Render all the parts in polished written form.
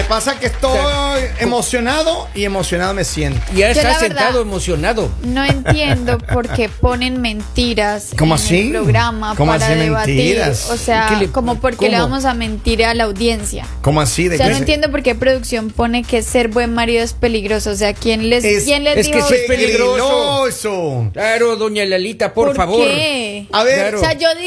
pasa es que estoy emocionado y emocionado me siento. Ya Yo, está la sentado verdad, emocionado. No entiendo por qué ponen mentiras ¿Cómo en así? el programa ¿Cómo para así debatir. mentiras? O sea, ¿Qué le- como porque le cómo? vamos a mentir a la audiencia. ¿Cómo así? O sea, no entiendo por qué producción pone que ser buen marido es peligroso. O sea, ¿quién les es dijo? que sí es peligroso. peligroso. Claro, doña Lalita, por favor. ¿Qué? A ver, Claro. O sea, yo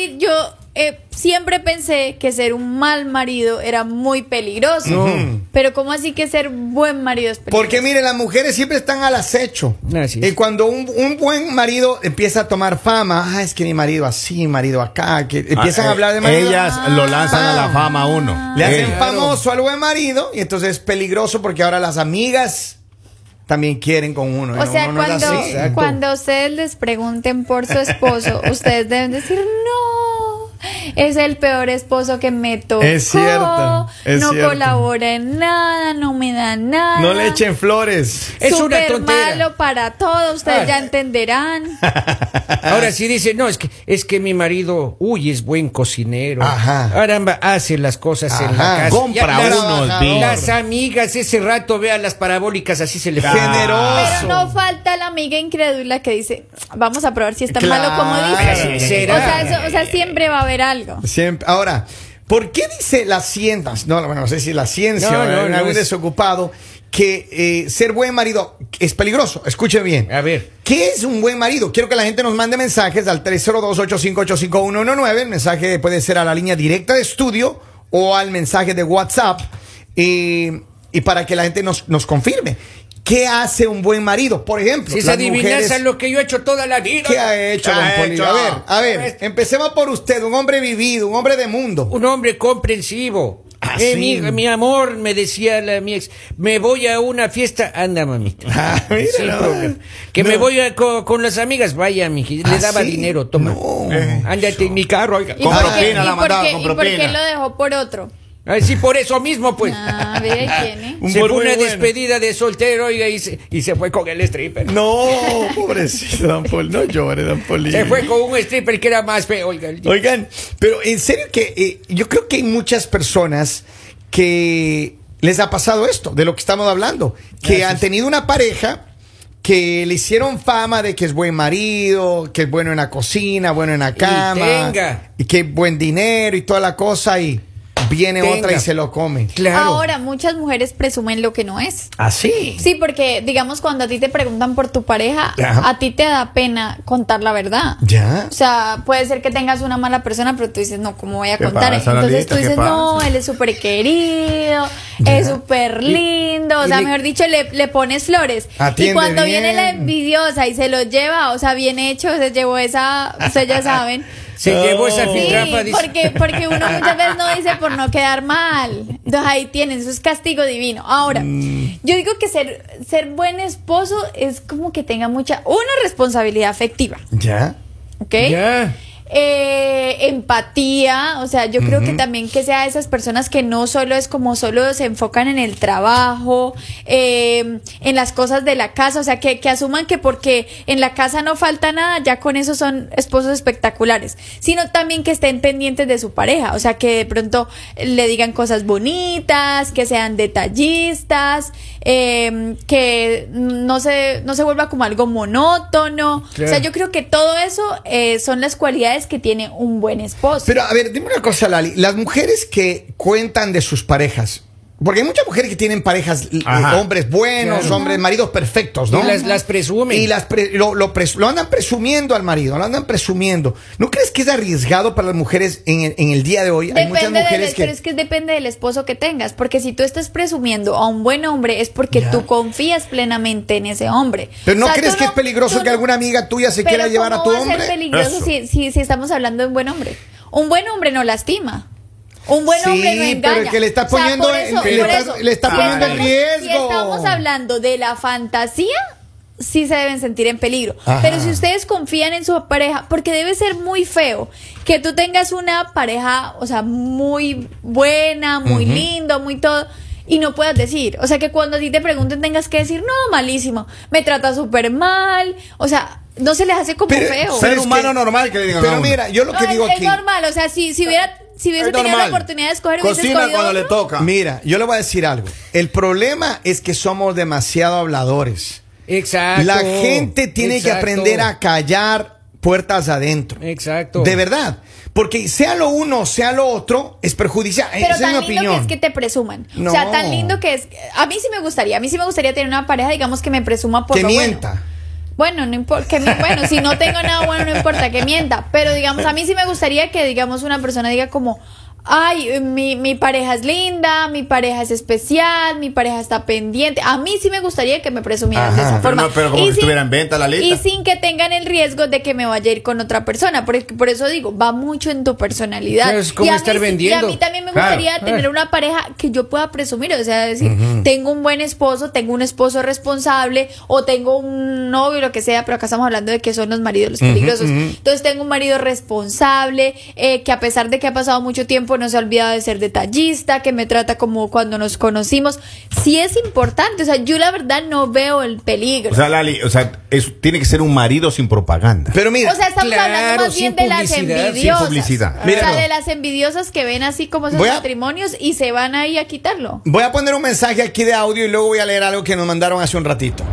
siempre pensé que ser un mal marido era muy peligroso. No. Pero ¿cómo así que ser buen marido es peligroso? porque mire, las mujeres siempre están al acecho. Así es. Y cuando un buen marido empieza a tomar fama, es que mi marido así, mi marido acá, que empiezan a hablar de marido. Ellas lo lanzan a la fama a uno. Le hacen Ellas. famoso al buen marido y entonces es peligroso porque ahora las amigas también quieren con uno. O sea, no es cuando, así. Exacto. cuando ustedes les pregunten por su esposo, ustedes deben decir, no, es el peor esposo que me tocó. Es cierto, es no cierto. colabora en nada, no me da nada. No le echen flores. Es una Súper tontera. malo para todo, ustedes Ay. ya entenderán. Ahora sí dice, no, es que mi marido, es buen cocinero. Ajá. Caramba, hace las cosas en la Ajá. casa. Compra Ya, unos las- vinos. Las amigas, ese rato, vean las parabólicas, así se le fue. Generoso. Pero no falta la amiga incrédula que dice, vamos a probar si está Claro. malo como dice. ¿Será? O sea, siempre va a haber algo. Siempre. Ahora, ¿por qué dice la ciencia? No sé si la ciencia No, o no, en no algún es- desocupado que ser buen marido es peligroso. Escuche bien. A ver. ¿Qué es un buen marido? Quiero que la gente nos mande mensajes al 302-858-5119. El mensaje puede ser a la línea directa de estudio o al mensaje de WhatsApp. Y para que la gente nos confirme. ¿Qué hace un buen marido? Por ejemplo, Si es las adivinanza mujeres- lo que yo he hecho toda la vida. ¿Qué ha hecho, don Polibio? A ver, empecemos por usted, un hombre vivido, un hombre de mundo. Un hombre comprensivo. Ah, sí. Mi amor, me decía mi ex, me voy a una fiesta, anda mamita. Ah, mira, Sin no. problema. Que No. me voy con las amigas, vaya, mija. Le Ah, daba sí. dinero, toma. No. Ándate en mi carro, oiga. ¿Y Con por propina qué, la y por mandaba, qué- con y por qué propina. lo dejó por otro? Ay, sí, por eso mismo, pues. Ah, ve, ahí tiene. Un Se por fue muy una bueno. despedida de soltero, oiga, y se fue con el stripper. No, pobrecito, don Pol, no llore, don Polibio. Se fue con un stripper que era más feo, oiga. Oigan, pero en serio que yo creo que hay muchas personas que les ha pasado esto, de lo que estamos hablando, que han tenido una pareja que le hicieron fama de que es buen marido, que es bueno en la cocina, bueno en la cama, tenga. y que buen dinero y toda la cosa, y viene Tenga. otra y se lo come. Claro. Ahora, muchas mujeres presumen lo que no es. Así. Sí, porque digamos cuando a ti te preguntan por tu pareja, Ajá. a ti te da pena contar la verdad. Ya. O sea, puede ser que tengas una mala persona, pero tú dices, no, ¿cómo voy a ¿Qué contar? pasa, Entonces Lalita? tú ¿Qué dices, no, pasa? él es súper querido, Ya. es súper lindo, o y sea, le- mejor dicho, le pones flores. Atiende Y cuando bien. viene la envidiosa y se lo lleva, o sea, bien hecho, se llevó esa, ustedes ya saben. Se llevó esa No. Sí, filtrafa. dice. porque uno muchas veces no dice por no quedar mal. Entonces ahí tienen, eso es castigo divino. Ahora, yo digo que ser buen esposo es como que tenga una responsabilidad afectiva, Ya. ¿ok? Ya. Empatía, o sea, yo creo que también que sea esas personas que no solo es como solo se enfocan en el trabajo, en las cosas de la casa, o sea, que asuman que porque en la casa no falta nada, ya con eso son esposos espectaculares, sino también que estén pendientes de su pareja, o sea, que de pronto le digan cosas bonitas, que sean detallistas, que no se vuelva como algo monótono, o sea, Claro. yo creo que todo eso son las cualidades que tiene un buen esposo. Pero a ver, dime una cosa, Lali. Las mujeres que cuentan de sus parejas, porque hay muchas mujeres que tienen parejas, Ajá. hombres buenos, Claro. hombres, maridos perfectos, ¿no? Y las presumen. Y lo andan presumiendo al marido, lo andan presumiendo. ¿No crees que es arriesgado para las mujeres en el día de hoy? Hay muchas mujeres pero es que depende del esposo que tengas, porque si tú estás presumiendo a un buen hombre es porque Ya. tú confías plenamente en ese hombre. Pero ¿no O sea, crees tú que es peligroso tú que alguna amiga tuya se quiera pero llevar a tu ¿cómo va hombre? a ser peligroso Eso. si estamos hablando de un buen hombre? Un buen hombre no lastima. Un buen Sí, hombre no pero engaña. es que le está O sea, poniendo por en- eso- le por está- eso, le está si poniendo en estamos- riesgo. Si estamos hablando de la fantasía, sí se deben sentir en peligro. Ajá. Pero si ustedes confían en su pareja, porque debe ser muy feo que tú tengas una pareja, o sea, muy buena, muy lindo, muy todo, y no puedas decir. O sea, que cuando a ti te pregunten tengas que decir, no, malísimo, me trata súper mal, o sea, no se les hace como Pero- feo. pero Ser es humano que- normal que le digan a Pero uno. mira, yo lo que No, digo es aquí. normal, o sea, si si hubiese Es tenido la normal. oportunidad de escoger, hubiese Cocina escogido cuando le otro. toca. Mira, yo le voy a decir algo. El problema es que somos demasiado habladores. Exacto. La gente tiene que exacto. aprender a callar puertas adentro. Exacto. De verdad. Porque sea lo uno, sea lo otro, es perjudicial. Pero Esa es tan mi lindo opinión. que es que te presuman. No. O sea, tan lindo que es. A mí sí me gustaría tener una pareja, digamos, que me presuma por Que lo mienta. bueno. Bueno, no importa, bueno, si no tengo nada bueno, no importa que mienta. Pero digamos, a mí sí me gustaría que, digamos, una persona diga como, ay, mi pareja es linda, mi pareja es especial, mi pareja está pendiente. A mí sí me gustaría que me presumieran de Ajá. esa Pero, forma. no, pero como Y que estuviera en venta la lista. Y sin que tengan el riesgo de que me vaya a ir con otra persona. Porque por eso digo, va mucho en tu personalidad. Claro, es como Y a mí estar sí- vendiendo. Y a mí también me Claro. gustaría tener una pareja que yo pueda presumir. O sea, decir, tengo un buen esposo, tengo un esposo responsable, o tengo un novio, lo que sea, pero acá estamos hablando de que son los maridos los peligrosos. Entonces tengo un marido responsable, que a pesar de que ha pasado mucho tiempo, no se ha olvidado de ser detallista, que me trata como cuando nos conocimos. Sí es importante. O sea, yo la verdad no veo el peligro. O sea, Lali, tiene que ser un marido sin propaganda. Pero mira, O sea, estamos Claro, hablando más sin bien de las publicidad, sin envidiosas. publicidad. O sea, Míralo. de las envidiosas que ven así como esos Voy a- matrimonios y se van ahí a quitarlo. voy a poner un mensaje aquí de audio y luego voy a leer algo que nos mandaron hace un ratito.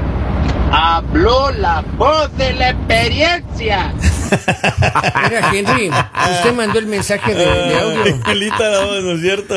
Habló la voz de la experiencia. Mira, Henry, usted mandó el mensaje de audio. ¿No es cierto?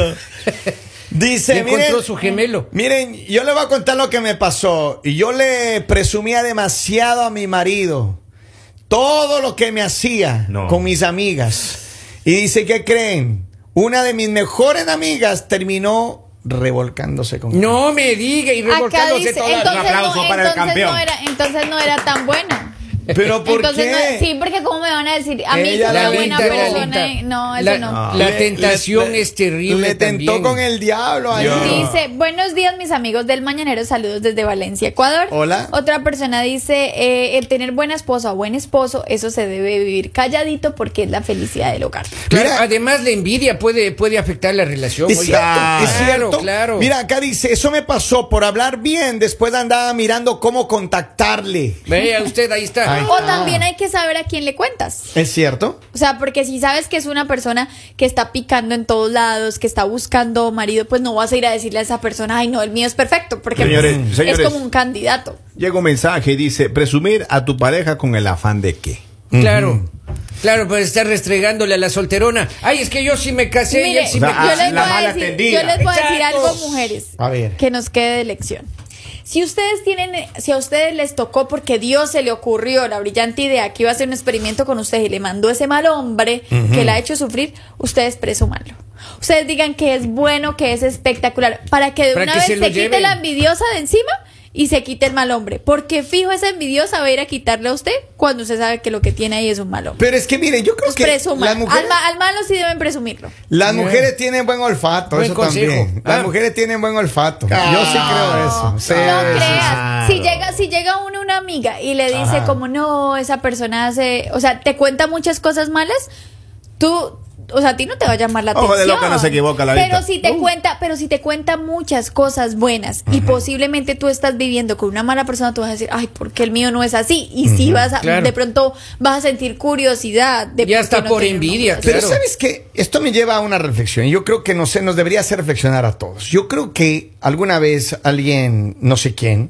Dice, Encontró miren, su gemelo. miren, yo le voy a contar lo que me pasó. Y yo le presumía demasiado a mi marido todo lo que me hacía No. con mis amigas. Y dice, ¿qué creen? Una de mis mejores amigas terminó revolcándose con él. No me diga, y Acá revolcándose dice, toda entonces, un aplauso no, para el entonces campeón. entonces no era tan buena. ¿Pero por Entonces qué? sí, porque cómo me van a decir, a mí Ella es la una buena tentó. persona. No, eso no. La tentación es terrible. Le tentó también. con el diablo ahí. Dice, buenos días mis amigos del Mañanero, saludos desde Valencia, Ecuador. Hola. Otra persona dice, el tener buena esposa o buen esposo, eso se debe vivir calladito porque es la felicidad del hogar. Claro, Mira. además la envidia puede afectar la relación. Es oiga. cierto, es Claro, cierto. claro. Mira, acá dice, eso me pasó por hablar bien, después andaba mirando cómo contactarle. Vea usted, ahí está. Ay. O también hay que saber a quién le cuentas. ¿Es cierto? O sea, porque si sabes que es una persona que está picando en todos lados, que está buscando marido, pues no vas a ir a decirle a esa persona, ay, no, el mío es perfecto, porque Señores, pues, señores. es como un candidato. Llega un mensaje y dice, presumir a tu pareja con el afán de qué. Claro. Claro, pues estar restregándole a la solterona. Ay, es que yo sí me casé y Mire, él sí O sea, me yo les la voy a mala decir, atendida. yo les voy a decir Exacto. algo, mujeres, A ver. que nos quede de lección. Si a ustedes les tocó porque Dios se le ocurrió la brillante idea que iba a hacer un experimento con ustedes y le mandó ese mal hombre que la ha hecho sufrir, ustedes presúmanlo. Ustedes digan que es bueno, que es espectacular, para que de Para una que vez se se lo quite lleven. la envidiosa de encima y se quite el mal hombre. Porque fijo, esa envidiosa va a ir a quitarle a usted cuando usted sabe que lo que tiene ahí es un mal hombre. Pero es que miren, yo creo Pues que presuman. las mujeres, Al malo sí deben presumirlo. las mujeres tienen buen olfato, Buen eso consejo. también. Las Ah. mujeres tienen buen olfato. Yo sí creo eso. Sí, No sí, creas. claro. Si llega una amiga y le dice como no, esa persona hace, o sea, te cuenta muchas cosas malas, tú, o sea, a ti no te va a llamar la Ojo de atención. loca no se equivoca, pero Lalita. si te cuenta muchas cosas buenas y posiblemente tú estás viviendo con una mala persona, tú vas a decir, ay, ¿por qué el mío no es así? Y si vas a, Claro. de pronto vas a sentir curiosidad de Ya por qué está no por tiene un envidia. hombre. Pero Claro. ¿sabes qué? Esto me lleva a una reflexión. Yo creo que nos debería hacer reflexionar a todos. Yo creo que alguna vez alguien, no sé quién,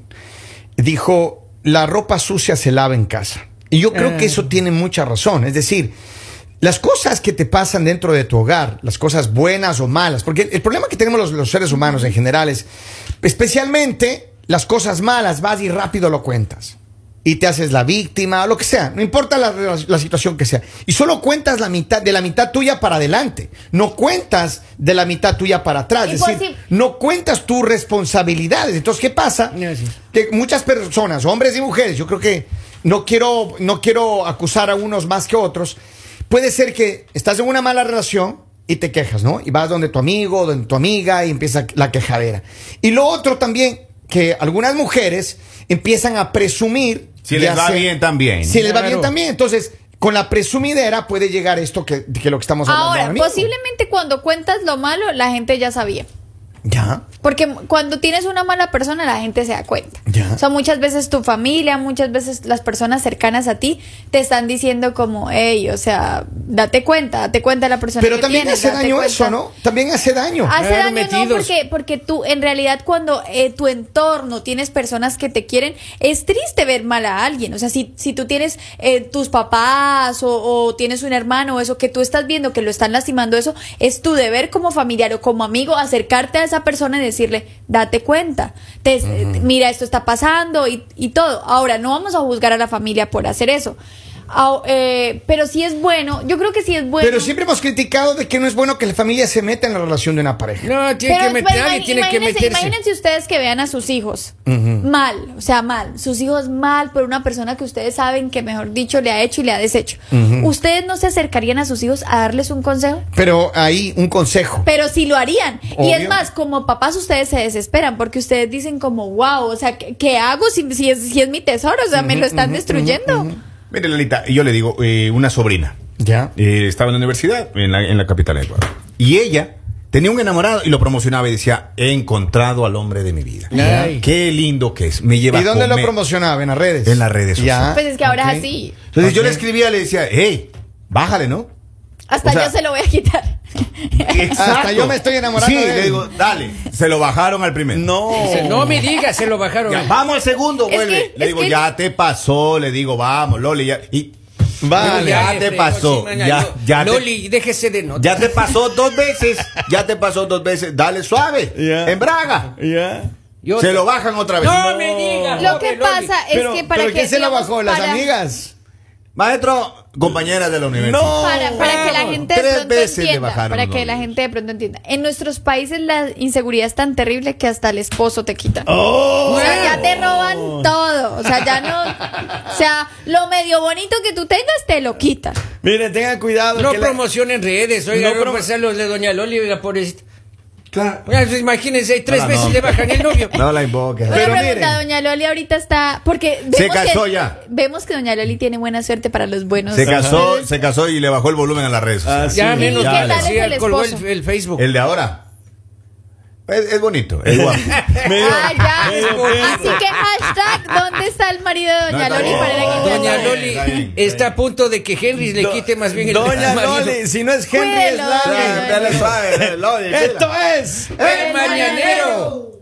dijo, la ropa sucia se lava en casa. Y yo creo que eso tiene mucha razón. Es decir, las cosas que te pasan dentro de tu hogar, las cosas buenas o malas, porque el problema que tenemos los seres humanos en general es, especialmente las cosas malas, vas y rápido lo cuentas. Y te haces la víctima, o lo que sea, no importa la situación que sea. Y solo cuentas de la mitad tuya para adelante. No cuentas de la mitad tuya para atrás. Y Es pues decir, sí. no cuentas tus responsabilidades. Entonces, ¿qué pasa? Sí. Que muchas personas, hombres y mujeres, yo creo que no quiero acusar a unos más que otros. Puede ser que estás en una mala relación y te quejas, ¿no? Y vas donde tu amigo, donde tu amiga y empieza la quejadera. Y lo otro también, que algunas mujeres empiezan a presumir. Si les va bien también. Si les va Claro. bien también. Entonces, con la presumidera puede llegar esto que lo que estamos hablando Ahora, ahora mismo. posiblemente cuando cuentas lo malo, la gente ya sabía. Ya. Porque cuando tienes una mala persona, la gente se da cuenta. Ya. O sea, muchas veces tu familia, muchas veces las personas cercanas a ti te están diciendo como, hey, o sea, date cuenta de la persona Pero que también tienes, hace date daño cuenta. eso, ¿no? También hace daño. Hace Claro, daño no, metidos. porque tú, en realidad, cuando tu entorno tienes personas que te quieren, es triste ver mal a alguien. O sea, si tú tienes tus papás o tienes un hermano o eso, que tú estás viendo que lo están lastimando, eso es tu deber como familiar o como amigo acercarte a esa persona y decirle, date cuenta, mira, esto está pasando y todo. Ahora, no vamos a juzgar a la familia por hacer eso. Pero sí es bueno, yo creo que sí es bueno. Pero siempre hemos criticado de que no es bueno que la familia se meta en la relación de una pareja. No, tiene Pero, que meter, pues, nadie tiene que meterse. imagínense ustedes que vean a sus hijos mal, o sea, mal, sus hijos mal por una persona que ustedes saben que, mejor dicho, le ha hecho y le ha deshecho. ¿Ustedes no se acercarían a sus hijos a darles un consejo? Pero ahí un consejo. Pero sí lo harían. Y Obvio. es más, como papás ustedes se desesperan porque ustedes dicen como, wow, o sea, ¿qué hago si es mi tesoro? O sea, me lo están destruyendo. Mire, Lalita, yo le digo, una sobrina. Ya. Estaba en la universidad, en la capital de Ecuador. Y ella tenía un enamorado y lo promocionaba y decía, he encontrado al hombre de mi vida. Ay. Qué lindo que es. Me lleva ¿Y dónde a lo comer. promocionaba? ¿En las redes? En las redes sociales. Ya. Pues es que ahora Ok. es así. Entonces yo Ok. le escribía, le decía, hey, bájale, ¿no? Hasta O sea, yo se lo voy a quitar. Hasta yo me estoy enamorando Sí, de él. le digo, dale. Se lo bajaron al primero. Dice, no me digas, se lo bajaron. Ya, vamos al segundo, Es vuelve. que- Le es digo, que- ya te pasó. Le digo, vamos, Loli. Ya. Y Vale. Ya le te fregó, pasó, sí, maña, ya- yo- ya te- Loli, déjese de notas. ya te pasó 2 veces. Ya te pasó 2 veces. Dale suave. Ya. En Braga. Ya. Yo Se te- lo bajan otra vez. No me digas. Lo que Loli. pasa es Pero, que para ¿pero que quién se lo digamos, bajó? ¿Las para- amigas? Maestro, compañera de la universidad. No. Para que la gente de 3 pronto veces le entienda, bajaron para los que la novios. gente de pronto entienda. En nuestros países la inseguridad es tan terrible que hasta el esposo te quitan. Oh. O sea, ya te roban todo. O sea, ya no. O sea, lo medio bonito que tú tengas te lo quitan. Miren, tengan cuidado. No que la- promocionen redes, oiga, No no, promo- los de Doña Loli, oiga, pobrecita. Claro. Oiga, pues, imagínense, 3 No, veces no. le bajan el novio. No la invoques. Una Pero pregunta, miren. doña Loli ahorita está. Porque Se vemos casó que, ya. Vemos que doña Loli tiene buena suerte para los buenos. Se casó y le bajó el volumen a las redes sociales. Ya Sí. menos ¿Y qué mal, tal sí, es el colgó esposo? el Facebook. El de ahora. Es bonito, es guapo. Ah, ya. Es bonito. Así que hashtag, ¿dónde está el marido de doña No, Loli no, para ir a quitarle? Doña Está Loli bien, está a punto de que Henry le quite más bien el Doña marido. Loli, si no es Henry, es Cuídelo, Lali. doña Dale suave, Loli. Esto es El mañanero.